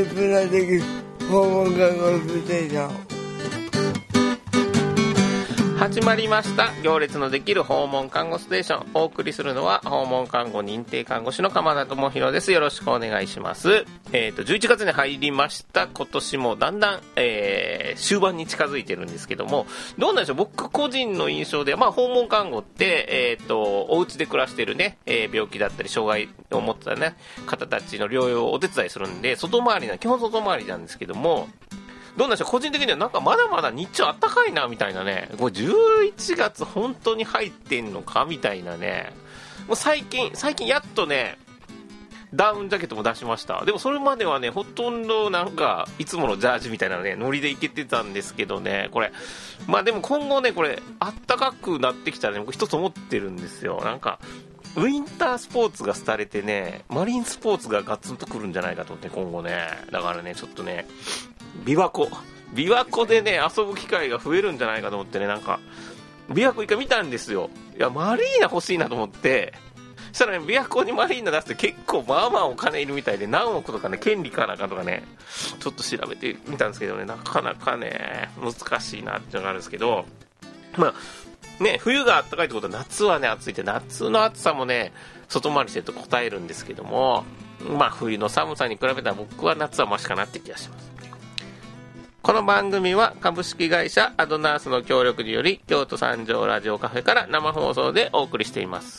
列ができる訪問看護ステーション。 始まりました。行列のできる訪問看護ステーション。お送りするのは訪問看護認定看護師の鎌田智博です。よろしくお願いします。11月に入りました。今年もだんだん、終盤に近づいてるんですけども、どうなんでしょう。僕個人の印象で、訪問看護って、お家で暮らしてるね、病気だったり障害を持ったね方たちの療養をお手伝いするんで、基本外回りなんですけども、どうなんでしょう。個人的にはなんかまだまだ日中あったかいなみたいなね、これ11月本当に入ってんのかみたいなね。もう最近やっとねダウンジャケットも出しました。でもそれまではねほとんどなんかいつものジャージみたいなねノリでいけてたんですけどね、これでも今後ねこれあったかくなってきたらね、僕一つ思ってるんですよ。なんかウィンタースポーツが廃れてね、マリンスポーツがガツンとくるんじゃないかと思って今後ね。だからねちょっとね琵琶湖でね遊ぶ機会が増えるんじゃないかと思ってね、なんか琵琶湖一回見たんですよ。いやマリーナ欲しいなと思って、そしたらね琵琶湖にマリーナ出すって結構お金いるみたいで、何億とかね権利かなんかとかねちょっと調べてみたんですけどね、なかなかね難しいなっていうのがあるんですけど、冬が暖かいってことは夏はね暑いって、夏の暑さもね外回りしてると答えるんですけども、冬の寒さに比べたら僕は夏はマシかなって気がします。この番組は株式会社アドナースの協力により京都三条ラジオカフェから生放送でお送りしています。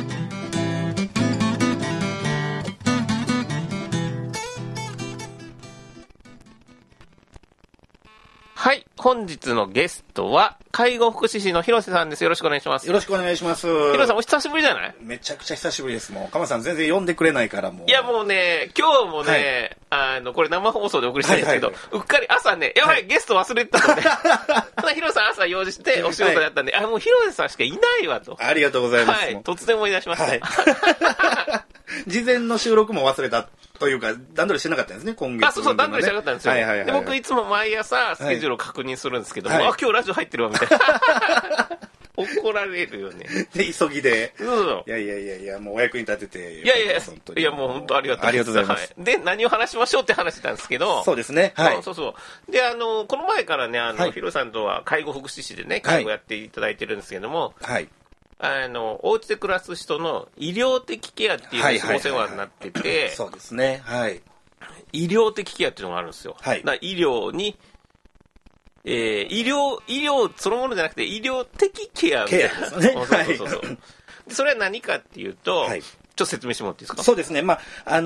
はい、本日のゲストは介護福祉士の広瀬さんです。よろしくお願いします。 よろしくお願いします。 広瀬さんお久しぶりじゃない？ めちゃくちゃ久しぶりです。もう鎌さん全然呼んでくれないからもう。 いやもうね今日もね、これ生放送でお送りしたんですけど、うっかり朝ねやばい、ゲスト忘れてたので広瀬さん朝用事してお仕事やったんで、もう広瀬さんしかいないわと。 ありがとうございます。 突然思い出しました。 事前の収録も忘れたというか段取りしてなかったんですね、今月。 そう段取りしてなかったんですよ。で僕いつも毎朝スケジュールを確認するんですけども、今日ラジオ入ってるわみたいな怒られるよね。 で急ぎで。いやもうお役に立てて。 いやもう本当ありがとうございます。で何を話しましょうって話したんですけど。 そうですね。はい。 そうでこの前からね広さんとは介護福祉士でね介護やっていただいてるんですけども。はい。お家で暮らす人の医療的ケアっていうのにお世話になってて、 そうですね。はい。 医療的ケアっていうのがあるんですよ。はい。医療に、医療そのものじゃなくて医療的ケアみたいな。 ケアですね。 そう。それは何かっていうと、はい。ちょっと説明してもらっていいですか？ そうですね。平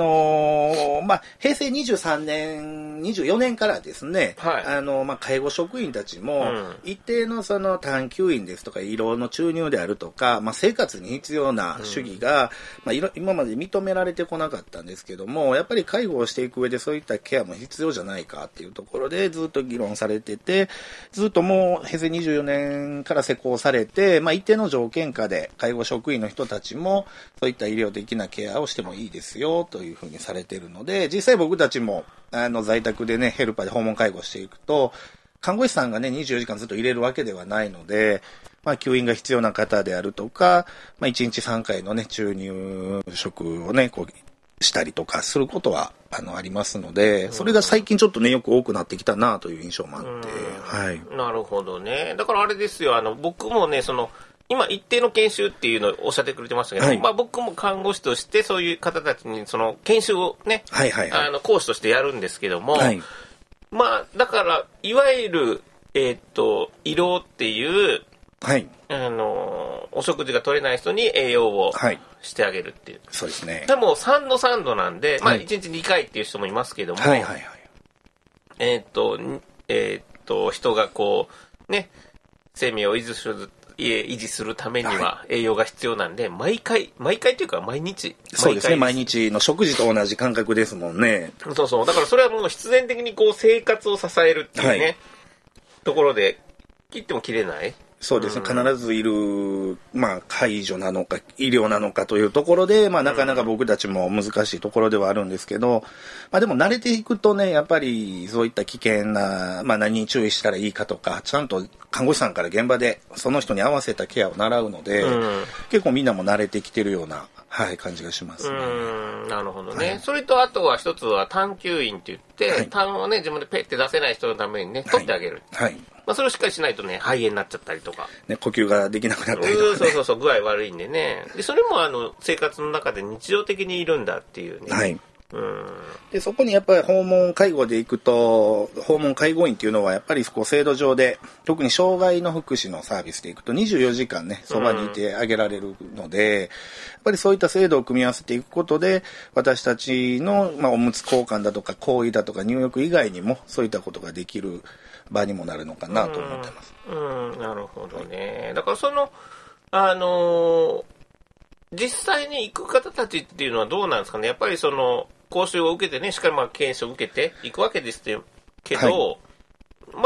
成23年、24年からですね、はい、介護職員たちも、一定のその探求員ですとか、医療の注入であるとか、生活に必要な主義が、今まで認められてこなかったんですけども、やっぱり介護をしていく上でそういったケアも必要じゃないかっていうところでずっと議論されてて、ずっともう平成24年から施行されて、一定の条件下で介護職員の人たちも、そういった医療的なケアをしてもいいですよというふうにされているので、実際僕たちも在宅でねヘルパーで訪問介護していくと、看護師さんがね24時間ずっと入れるわけではないので、吸引が必要な方であるとか、1日3回のね注入食をねしたりとかすることはありますので、それが最近ちょっとねよく多くなってきたなという印象もあって、はい。 なるほどね。だからあれですよ、僕もね今一定の研修っていうのをおっしゃってくれてましたけど、はい、僕も看護師としてそういう方たちにその研修をね、講師としてやるんですけども、はい、だからいわゆる医療っていう、はい、お食事が取れない人に栄養をしてあげるっていう、 そうですね。 でも3度3度なんで、1日2回っていう人もいますけども、人がこうね生命を維持するためには栄養が必要なんで、毎回というか毎日。 そうですね、毎日の食事と同じ感覚ですもんね。 そう。だからそれはもう必然的にこう生活を支えるっていうね、ところで切っても切れない。 そうですね、必ずいる、まあ、介助なのか、医療なのかというところで、まあ、なかなか僕たちも難しいところではあるんですけど、まあ、でも慣れていくとね、やっぱりそういった危険な、まあ、何に注意したらいいかとか、ちゃんと看護師さんから現場でその人に合わせたケアを習うので、結構みんなも慣れてきてるような、はい、感じがしますね。 なるほどね。はい、それとあとは一つは探求員って言って、はい、痰をね、自分でペッて出せない人のためにね、取ってあげる。はい。まあ、それをしっかりしないとね、肺炎になっちゃったりとか。 ね、呼吸ができなくなったりとか、ね。 そう、具合悪いんでね。で、それも生活の中で日常的にいるんだっていうね。はい。 でそこにやっぱり訪問介護で行くと、訪問介護員っていうのはやっぱりこう制度上で、特に障害の福祉のサービスで行くと24時間ね、そばにいてあげられるので、やっぱりそういった制度を組み合わせていくことで、私たちの、まあ、おむつ交換だとか行為だとか入浴以外にもそういったことができる場にもなるのかなと思ってます。 なるほどね。だから実際に行く方たちっていうのはどうなんですかね。やっぱり講習を受けてね、しっかり研修を受けていくわけですけど、はい、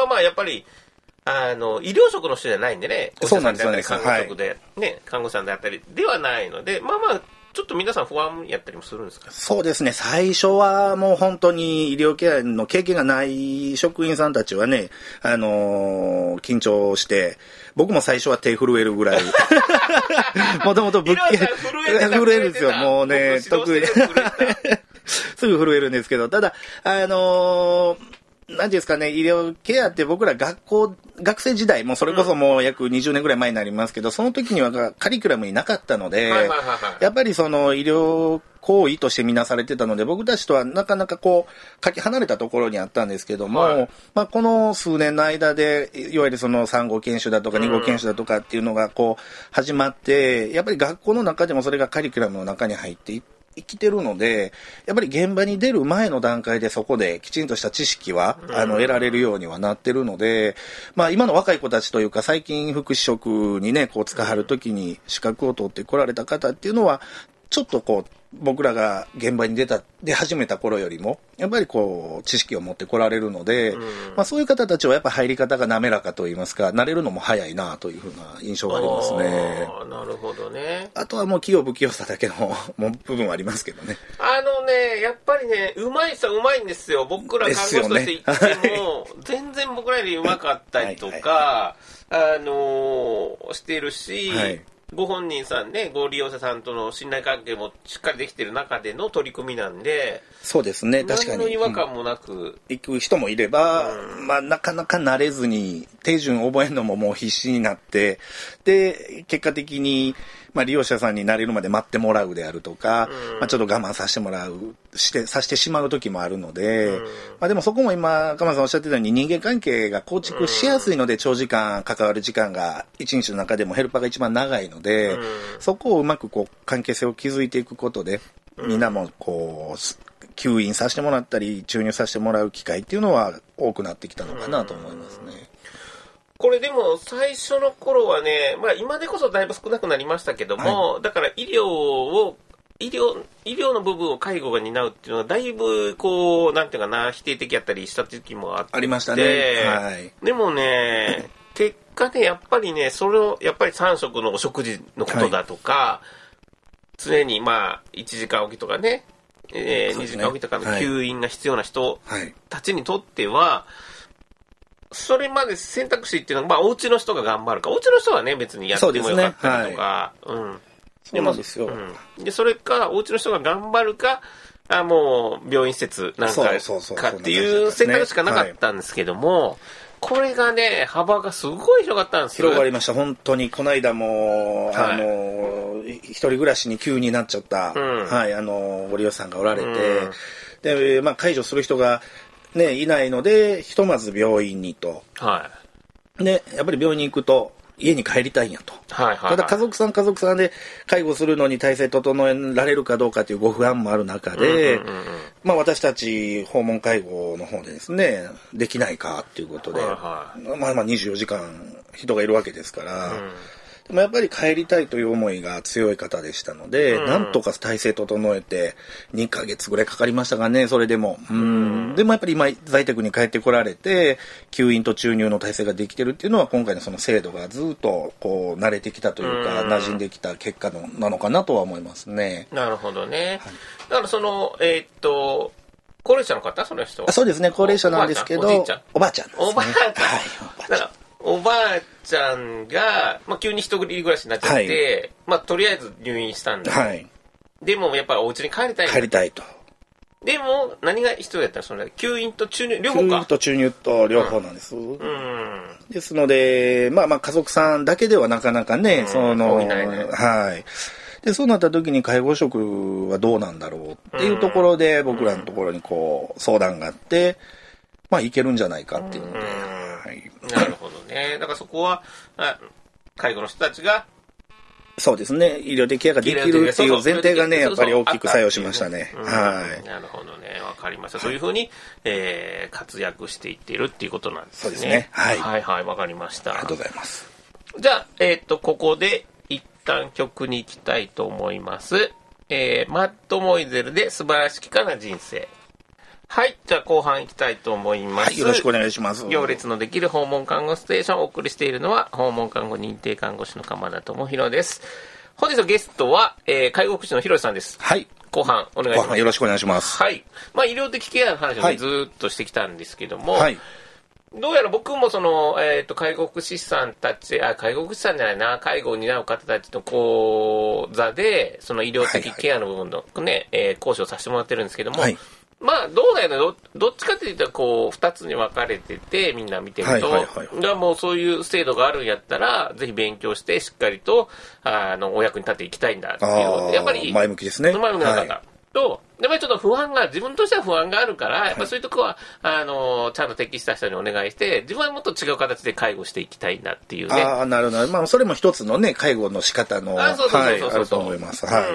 まあやっぱり、医療職の人じゃないんでね、お医者さんであったり、看護職で、ね、看護師さんであったりではないので、まあ、ちょっと皆さん不安やったりもするんですか？ そうですね。最初はもう本当に医療ケアの経験がない職員さんたちはね、緊張して、僕も最初は手震えるぐらい。もともと震えるんですよ。もうね、得意で。すぐ震えるんですけど、ただ、なんていうんですかね、医療ケアって僕ら学生時代、もうそれこそもう約20年ぐらい前になりますけど、その時にはカリキュラムになかったので、やっぱり医療行為として見なされてたので、僕たちとはなかなかかけ離れたところにあったんですけども、はい、まあこの数年の間で、いわゆる3号研修だとか2号研修だとかっていうのが始まって、やっぱり学校の中でもそれがカリキュラムの中に入っていって、生きてるので、やっぱり現場に出る前の段階でそこできちんとした知識は、得られるようにはなってるので、まあ今の若い子たちというか最近福祉職にね、使わはるときに資格を取って来られた方っていうのは、ちょっと僕らが現場に出始めた頃よりも、やっぱり知識を持って来られるので、まあそういう方たちはやっぱ入り方が滑らかといいますか、慣れるのも早いなというふうな印象がありますね。 なるほどね。 あとはもう器用不器用さだけの部分はありますけどね。 やっぱりね、うまいんですよ。僕ら看護師として行っても、全然僕らよりうまかったりとか、してるし、はい、ご本人さんね、ご利用者さんとの信頼関係もしっかりできてる中での取り組みなんで、 そうですね、確かに。 何の違和感もなく。 行く人もいれば、まあなかなか慣れずに、手順覚えるのももう必死になって、で、結果的に、まあ利用者さんに慣れるまで待ってもらうであるとか、まあちょっと我慢させてしまう時もあるので、まあでもそこも今、鎌田さんおっしゃってたように人間関係が構築しやすいので、長時間関わる時間が一日の中でもヘルパーが一番長いので、そこをうまく関係性を築いていくことで、みんなも吸引させてもらったり、注入させてもらう機会っていうのは多くなってきたのかなと思いますね。 これでも最初の頃はね、まあ今でこそだいぶ少なくなりましたけども、はい、だから医療の部分を介護が担うっていうのはだいぶなんていうかな、否定的やったりした時もあって。 ありましたね。はい。 でもね、結果ね、やっぱりね、やっぱり3食のお食事のことだとか、はい、常にまあ1時間おきとかね、2時間おきとかの吸引が必要な人たちにとっては、それまで選択肢っていうのは、まあ、お家の人が頑張るか、お家の人はね、別にやってもよかったりとか、 そうなんですよ。 で、それか、お家の人が頑張るか、もう、病院施設なんかっていう選択しかなかったんですけども、これがね、幅がすごい広がったんですよ。 広がりました、本当に。この間も、一人暮らしに急になっちゃった、はい、ご利用者さんがおられて、で、まあ、介助する人が、ね、いないので、ひとまず病院にと。はい。で、やっぱり病院に行くと、家に帰りたいんやと。ただ家族さんで介護するのに体制整えられるかどうかというご不安もある中で、まあ私たち訪問介護の方でですね、できないかっていうことで、まあ24時間人がいるわけですから、 でもやっぱり帰りたいという思いが強い方でしたので、なんとか体制整えて2ヶ月ぐらいかかりましたかね、それでも。でもやっぱり今在宅に帰ってこられて、吸引と注入の体制ができてるっていうのは、今回のその制度がずっとこう慣れてきたというか、馴染んできた結果なのかなとは思いますね。 なるほどね。はい、だからその、高齢者の方、その人は。 そうですね、高齢者なんですけど、おばあちゃんですね。 おばあちゃん。はい、だからおばあちゃんが、急に一人暮らしになっちゃって、とりあえず入院したんだ。はい。でもやっぱりお家に帰りたいんだ。 帰りたいと。 でも、何が必要だったの？それ吸引と注入、両方か。吸引と注入と両方なんです。ですので、家族さんだけではなかなかね、はい。で、そうなった時に介護職はどうなんだろうっていうところで、僕らのところにこう、相談があって、いけるんじゃないかっていうので、はい。 なるほどね。だからそこは、介護の人たちが、 そうですね。医療的ケアができるっていう前提がね、やっぱり大きく作用しましたね。はい。 なるほどね。わかりました。そういうふうに、活躍していっているっていうことなんですね。 そうですね。はい。 はいはい、わかりました。 ありがとうございます。 じゃあ、ここで一旦曲に行きたいと思います。マッドモイゼルで素晴らしきかな人生。はい。じゃあ後半行きたいと思います。はい、 よろしくお願いします。 行列のできる訪問看護ステーションをお送りしているのは、訪問看護認定看護師の鎌田智博です。本日のゲストは、介護福祉の広瀬さんです。 はい。 後半お願いします。後半よろしくお願いします。 はい。医療的ケアの話をずっとしてきたんですけども、はい。どうやら僕もその、介護福祉士さんたち、介護福祉士さんじゃないな、介護を担う方たちの講座で、その医療的ケアの部分のね、講師をさせてもらってるんですけども、はい、どうだよね、どっちかというと、こう、二つに分かれてて、みんな見てると、もうそういう制度があるんやったら、ぜひ勉強して、しっかりと、お役に立っていきたいんだっていう、やっぱり、 前向きですね。 前向きな方。はいと、やっぱりちょっと不安が、自分としては不安があるから、やっぱそういうとこは、ちゃんと適した人にお願いして、自分はもっと違う形で介護していきたいなっていうね。 なるほど。それも一つのね、介護の仕方の、あると思います。はい。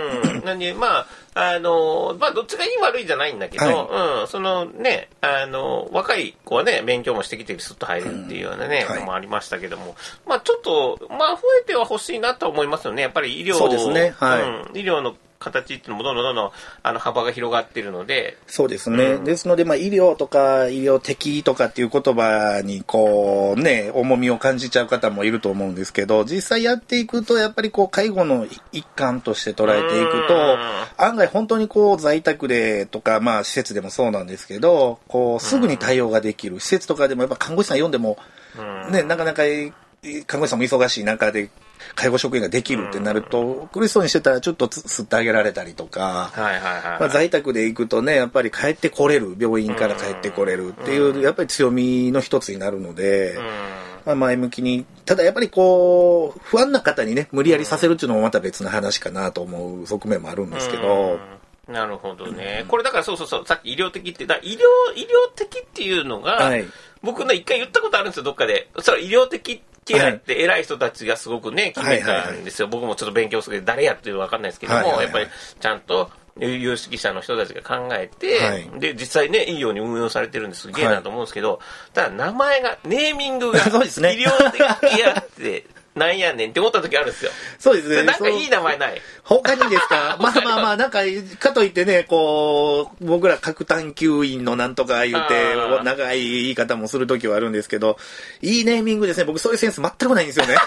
なんで、どっちがいい悪いじゃないんだけど、はい、そのね、若い子はね、勉強もしてきてスッと入れるっていうようなね、のもありましたけども、ちょっと、増えては欲しいなと思いますよね。やっぱり医療、 そうですね。 はい。医療の形っていうのもどんどん幅が広がっているので。 そうですね。ですので、医療とか医療的とかっていう言葉にこうね、重みを感じちゃう方もいると思うんですけど、実際やっていくと、やっぱりこう介護の一環として捉えていくと、案外本当にこう在宅でとか、施設でもそうなんですけど、こうすぐに対応ができる。施設とかでもやっぱ看護師さん呼んでも、ね、なかなか看護師さんも忙しい中で、介護職員ができるってなると、苦しそうにしてたらちょっと吸ってあげられたりとか、在宅で行くとね、やっぱり帰ってこれる、病院から帰ってこれるっていう、やっぱり強みの一つになるので、前向きに、ただやっぱりこう、不安な方にね、無理やりさせるっていうのもまた別の話かなと思う側面もあるんですけど、 なるほどね。これだからそう、さっき医療的って、医療的っていうのが、はい、僕ね、一回言ったことあるんですよ、どっかで。それ医療的ケアって偉い人たちがすごくね、決めたんですよ。僕もちょっと勉強するけど、誰やっていうのは分かんないですけども、やっぱりちゃんと有識者の人たちが考えて、で、実際ね、いいように運用されてるんですげえなと思うんですけど、ただ名前が、ネーミングが、 そうですね、 医療的ケアって、なんやねんって思った時あるんですよ。 そうですね。 なんかいい名前ない？ 他にですか？なんか、かといってね、こう、僕ら各探究員のなんとか言うて、長い言い方もする時はあるんですけど、いいネーミングですね。僕そういうセンス全くないんですよね。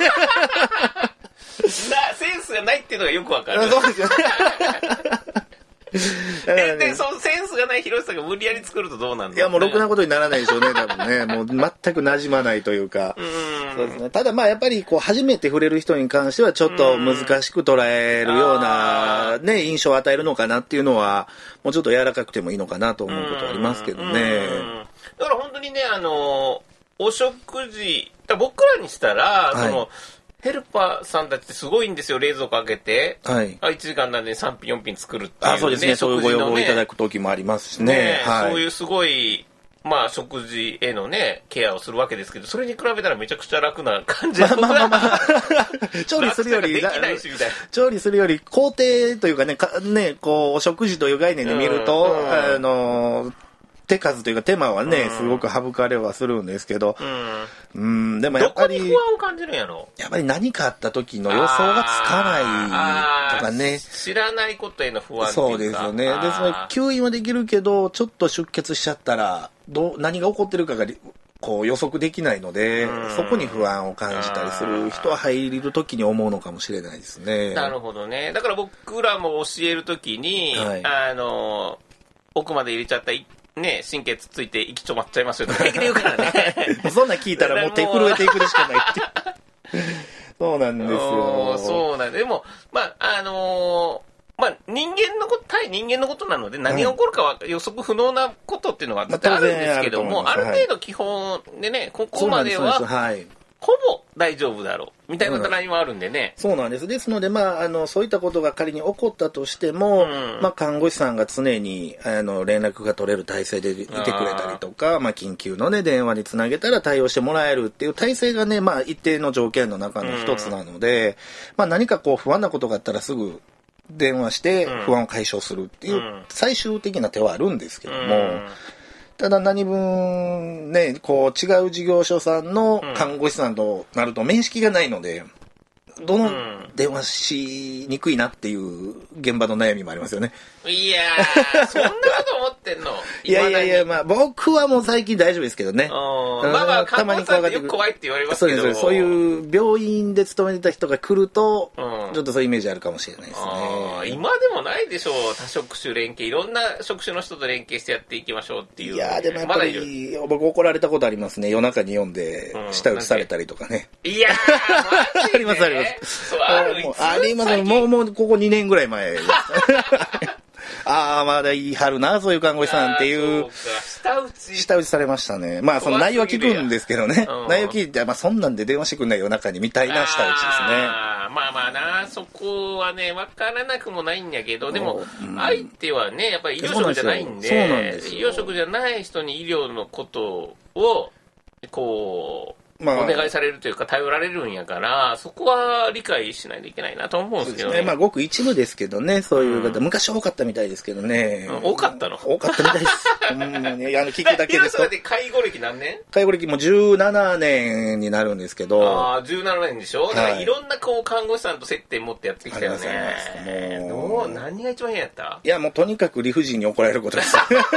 センスがないっていうのがよくわかる。 そうですよね。 で、そのセンスがない広瀬さんが無理やり作るとどうなんだろう、ね、 いや、もうろくなことにならないでしょうね、多分ね。もう全く馴染まないというか。そうですね。ただやっぱりこう、初めて触れる人に関してはちょっと難しく捉えるようなね、印象を与えるのかなっていうのは、もうちょっと柔らかくてもいいのかなと思うことはありますけどね。 だから本当にね、お食事、僕らにしたら、ヘルパーさんたちってすごいんですよ、冷蔵庫開けて。はい。1時間なんで3品4品作るっていう、ね。 そうですね。そういうご要望いただく時もありますしね。 はい。そういうすごい、食事へのね、ケアをするわけですけど、それに比べたらめちゃくちゃ楽な感じで。 調理するより、 できないしみたいな。 調理するより、工程というかね、こう、お食事という概念で見ると、 手数というか手間はね、すごく省かれはするんですけど、でもやっぱりどこに不安を感じるんやろ。 やっぱり何かあった時の予想がつかないとかね、 知らないことへの不安っていうか。 そうですよね。で、その吸引はできるけど、ちょっと出血しちゃったら何が起こってるかがこう予測できないので、そこに不安を感じたりする人は入る時に思うのかもしれないですね。 なるほどね。だから僕らも教える時に、奥まで入れちゃったね、神経つついて息止まっちゃいますよとか平気で言うからね。 そんなん聞いたらもう手震えていくでしかないっていう。そうなんですよ。 そうなんで、でも、人間のこと、対人間のことなので何が起こるかは予測不能なことっていうのがあるんですけども、ある程度基本でね、ここまでは、ほぼ大丈夫だろうみたいなラインはあるんでね。 そうなんです。ですので、そういったことが仮に起こったとしても、看護師さんが常に連絡が取れる体制でいてくれたりとか、緊急のね、電話につなげたら対応してもらえるっていう体制がね、一定の条件の中の一つなので、何かこう不安なことがあったらすぐ電話して不安を解消するっていう最終的な手はあるんですけども、ただ何分ね、こう違う事業所さんの看護師さんとなると面識がないので、どの電話しにくいなっていう現場の悩みもありますよね。 いやー、そんなこと思ってんの？ いや、僕はもう最近大丈夫ですけどね。 看護師さんってよく怖いって言われますけど。 そういう病院で勤めてた人が来ると、ちょっとそういうイメージあるかもしれないですね。 今でもないでしょう。多職種連携、いろんな職種の人と連携してやっていきましょうっていう。 いやでもやっぱり、僕怒られたことありますね。夜中に読んで、舌打ちされたりとかね。 いやー、 あります。あります。もうここ2年ぐらい前。まだ言い張るな、そういう看護師さんっていう。舌打ちされましたね。その内容は聞くんですけどね。内容聞いて、そんなんで電話してくんない夜中にみたいな舌打ちですね。 そこはね、わからなくもないんやけど、でも、相手はね、やっぱり医療職じゃないんで、医療職じゃない人に医療のことを、こう、お願いされるというか頼られるんやから、そこは理解しないといけないなと思うんですけどね。 ごく一部ですけどね、そういう方、昔多かったみたいですけどね。 多かったの？ 多かったみたいです。聞くだけですと。 介護歴何年？ 介護歴も17年になるんですけど。 17年でしょ？だからいろんな看護師さんと接点持ってやってきたよね。何が一番嫌やった？ いや、もうとにかく理不尽に怒られることです。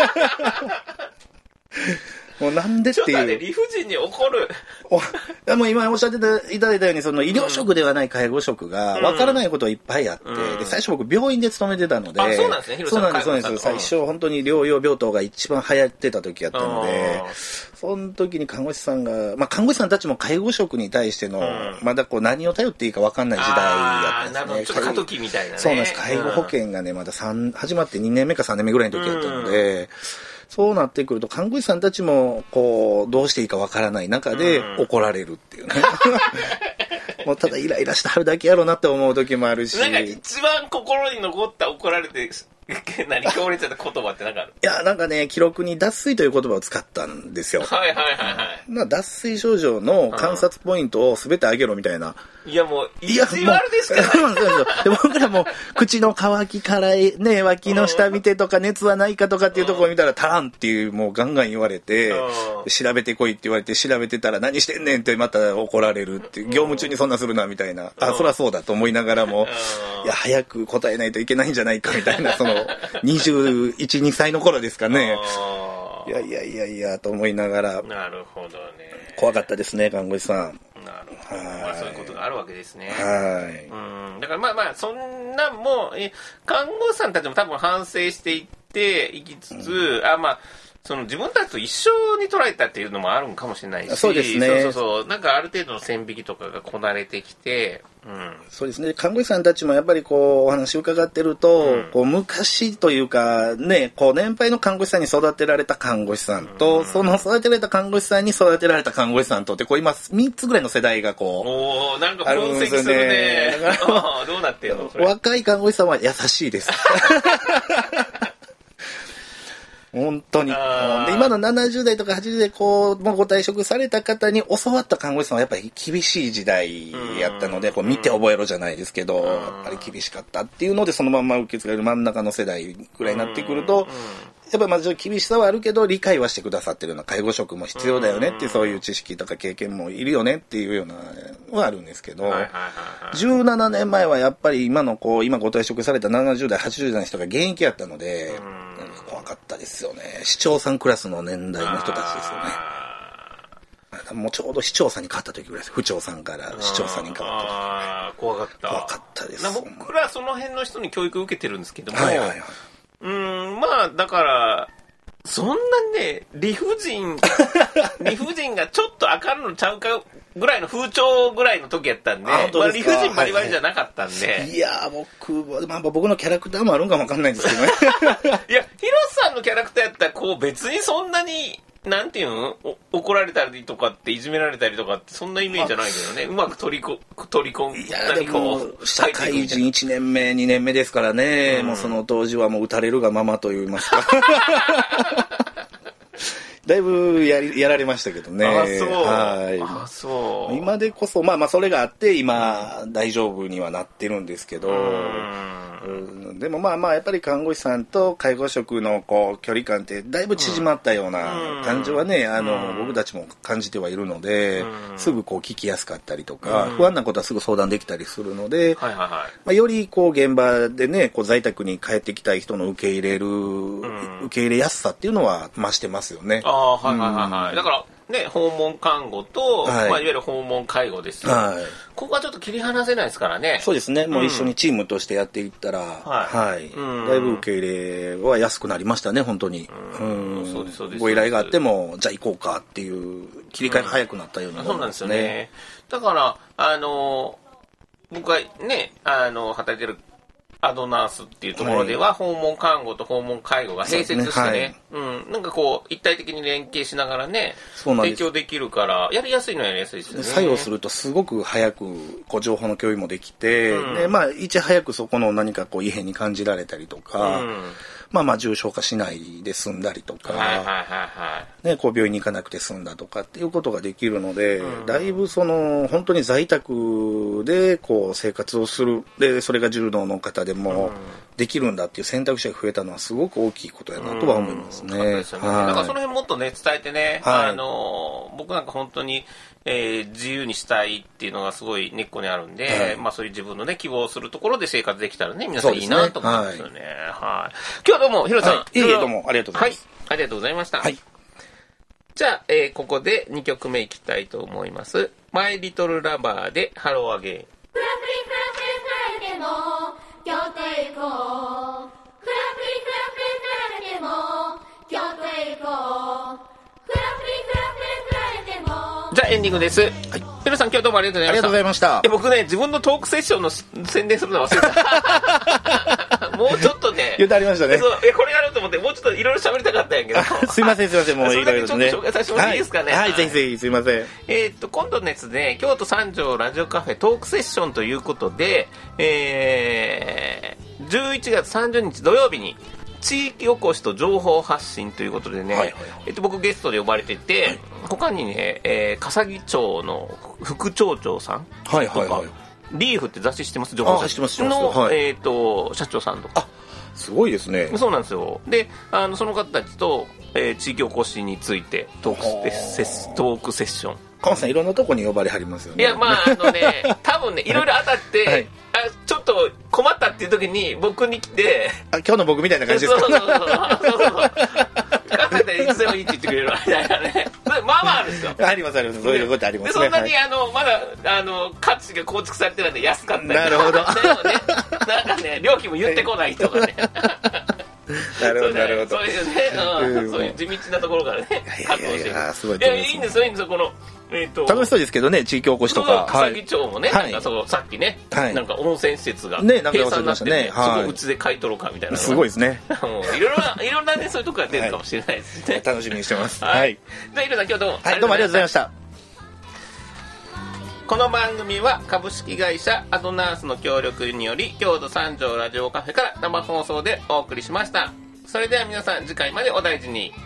もうなんでっていう。 ちょっとね、理不尽に怒る。 もう今おっしゃっていただいたように、その医療職ではない介護職が、わからないことはいっぱいあって、で、最初僕病院で勤めてたので、 そうなんですね、 そうなんです。最初本当に療養病棟が一番流行ってた時やったので、その時に看護師さんが、看護師さんたちも介護職に対しての、まだ何を頼っていいかわかんない時代やったんですね。 ちょっと過渡期みたいなね。 そうなんです。介護保険がね、まだ始まって2年目か3年目ぐらいの時やったので、そうなってくると看護師さんたちもどうしていいかわからない中で怒られるっていうね。もうただイライラしてはるだけやろうなって思う時もあるし。 一番心に残った怒られて強烈な言葉ってある？ いや、記録に脱水という言葉を使ったんですよ。脱水症状の観察ポイントを全てあげろみたいな。 いやもう、意地悪ですから。 で僕らも口の渇きからね、脇の下見てとか熱はないかとかっていうところを見たら足らんっていうもうガンガン言われて、調べてこいって言われて調べてたら何してんねんってまた怒られるっていう、業務中にそんなするなみたいな、そりゃそうだと思いながらも、いや、早く答えないといけないんじゃないかみたいな、その21、2歳の頃ですかね。いやと思いながら。 なるほどね。 怖かったですね、看護師さん。 なるほど。そういうことがあるわけですね。 だからそんなもう、看護師さんたちも多分反省していっていきつつ、その自分たちと一緒に捉えたっていうのもあるんかもしれないし、 そうですね。 ある程度の線引きとかがこなれてきて、 そうですね。看護師さんたちもやっぱりお話伺ってると、昔というかね、年配の看護師さんに育てられた看護師さんと、その育てられた看護師さんに育てられた看護師さんとって、今3つぐらいの世代がなんか分析するね。どうなってんのそれ。 若い看護師さんは優しいです。本当に。今の70代とか80代もうご退職された方に教わった看護師さんはやっぱり厳しい時代やったので、見て覚えろじゃないですけど、やっぱり厳しかったっていうので、そのまま受け継がれる真ん中の世代ぐらいになってくると、 やっぱまず厳しさはあるけど理解はしてくださってるような、介護職も必要だよねっていう、そういう知識とか経験もいるよねっていうようなのはあるんですけど、17年前はやっぱり今ご退職された70代80代の人が現役やったので、怖かったですよね。市長さんクラスの年代の人たちですよね。もうちょうど市長さんに変わった時ぐらいです。府長さんから市長さんに変わった時。 怖かった。 怖かったです。 僕らその辺の人に教育受けてるんですけども、まあだからそんなね、理不尽がちょっとあかんのちゃうかぐらいの風潮ぐらいの時やったんで、理不尽バリバリじゃなかったんで、 いや僕のキャラクターもあるんかもわかんないんですけどね。 いや、ヒロさんのキャラクターやったら別にそんなになんていうの、怒られたりとかっていじめられたりとかってそんなイメージじゃないけどね、うまく取り込んだり、 いやでも社会人1年目2年目ですからね、もうその当時はもう打たれるがままと言いますか。だいぶやられましたけどね。 そう。 今でこそそれがあって今大丈夫にはなってるんですけど、でもやっぱり看護師さんと介護職の距離感ってだいぶ縮まったような感じはね、僕たちも感じてはいるので、すぐ聞きやすかったりとか、不安なことはすぐ相談できたりするので、より現場でね在宅に帰ってきたい人の受け入れやすさっていうのは増してますよね。 だからね、訪問看護と、いわゆる訪問介護ですよ。ここはちょっと切り離せないですからね。 そうですね。もう一緒にチームとしてやっていったら、だいぶ受け入れは安くなりましたね、本当に。ご依頼があっても、じゃあ行こうかっていう切り替えが早くなったようなものですね。 そうなんですよね。だから、僕がね、働いてるアドナースっていうところでは、訪問看護と訪問介護が併設してね、なんか一体的に連携しながらね、提供できるから、やりやすいのはやりやすいですよね。 作用するとすごく早く情報の共有もできて、いち早くそこの何か異変に感じられたりとか、重症化しないで済んだりとか、病院に行かなくて済んだとかっていうことができるので、だいぶ本当に在宅で生活をする、でそれが重度の方でもできるんだっていう選択肢が増えたのはすごく大きいことやなとは思いますね。 だからその辺もっとね伝えてね、僕なんか本当に自由にしたいっていうのがすごい根っこにあるんで、そういう自分のね希望するところで生活できたらね、皆さんいいなと思うんですよね。今日はどうもヒロさん、 どうもありがとうございます。 ありがとうございました。じゃあ、ここで2曲目いきたいと思います。マイリトルラバーでハローアゲイン。フラフリフラフリフラでも京都へ行こう。フラフリフラフリフラでも京都へ行こう。フラフリフラフリフラでも。じゃあエンディングです。ヒロさん今日どうもありがとうございました。 ありがとうございました。 僕ね、自分のトークセッションの宣伝するの忘れた。もうちょっとね。 言ってありましたね。 これやろうと思ってもうちょっといろいろ喋りたかったんやけど。 すいませんもういろいろですね。 それだけちょっと紹介させてもらっていいですかね。 ぜひぜひすいません。 今度のやつで京都三条ラジオカフェトークセッションということで、11月30日土曜日に地域おこしと情報発信ということでね、僕ゲストで呼ばれてて、他にね、笠木町の副町長さんとか、リーフって雑誌知ってます？情報雑誌の、社長さんとか。 すごいですね。 そうなんですよ。で、その方たちと、地域おこしについてトークセッション。 川本さんいろんなとこに呼ばれはりますよね。 いや多分ねいろいろ当たって、ちょっと困ったっていう時に僕に来て、 今日の僕みたいな感じですか？ そういつでもいいって言ってくれるみたいなね。まああるんですよ。 ありますそういうことありますね。そんなにまだ価値が構築されてないんで安かったり。 なるほど。 なんかね料金も言ってこないとかね。 なるほど。 そういうね、そういう地道なところからね、確保していく。 すごい。 いいんですよ、この、 楽しそうですけどね、地域おこしとか。 笠木町もね、なんかさっきね、なんか温泉施設が閉鎖になってね、そこうちで買い取ろうかみたいな。 すごいですね。 いろんなね、そういうとこが出るかもしれないですね。 楽しみにしてます。 はい。じゃあ、ヒロさん今日どうも。 はい、どうもありがとうございました。 この番組は株式会社アドナースの協力により京都三条ラジオカフェから生放送でお送りしました。それでは皆さん次回までお大事に。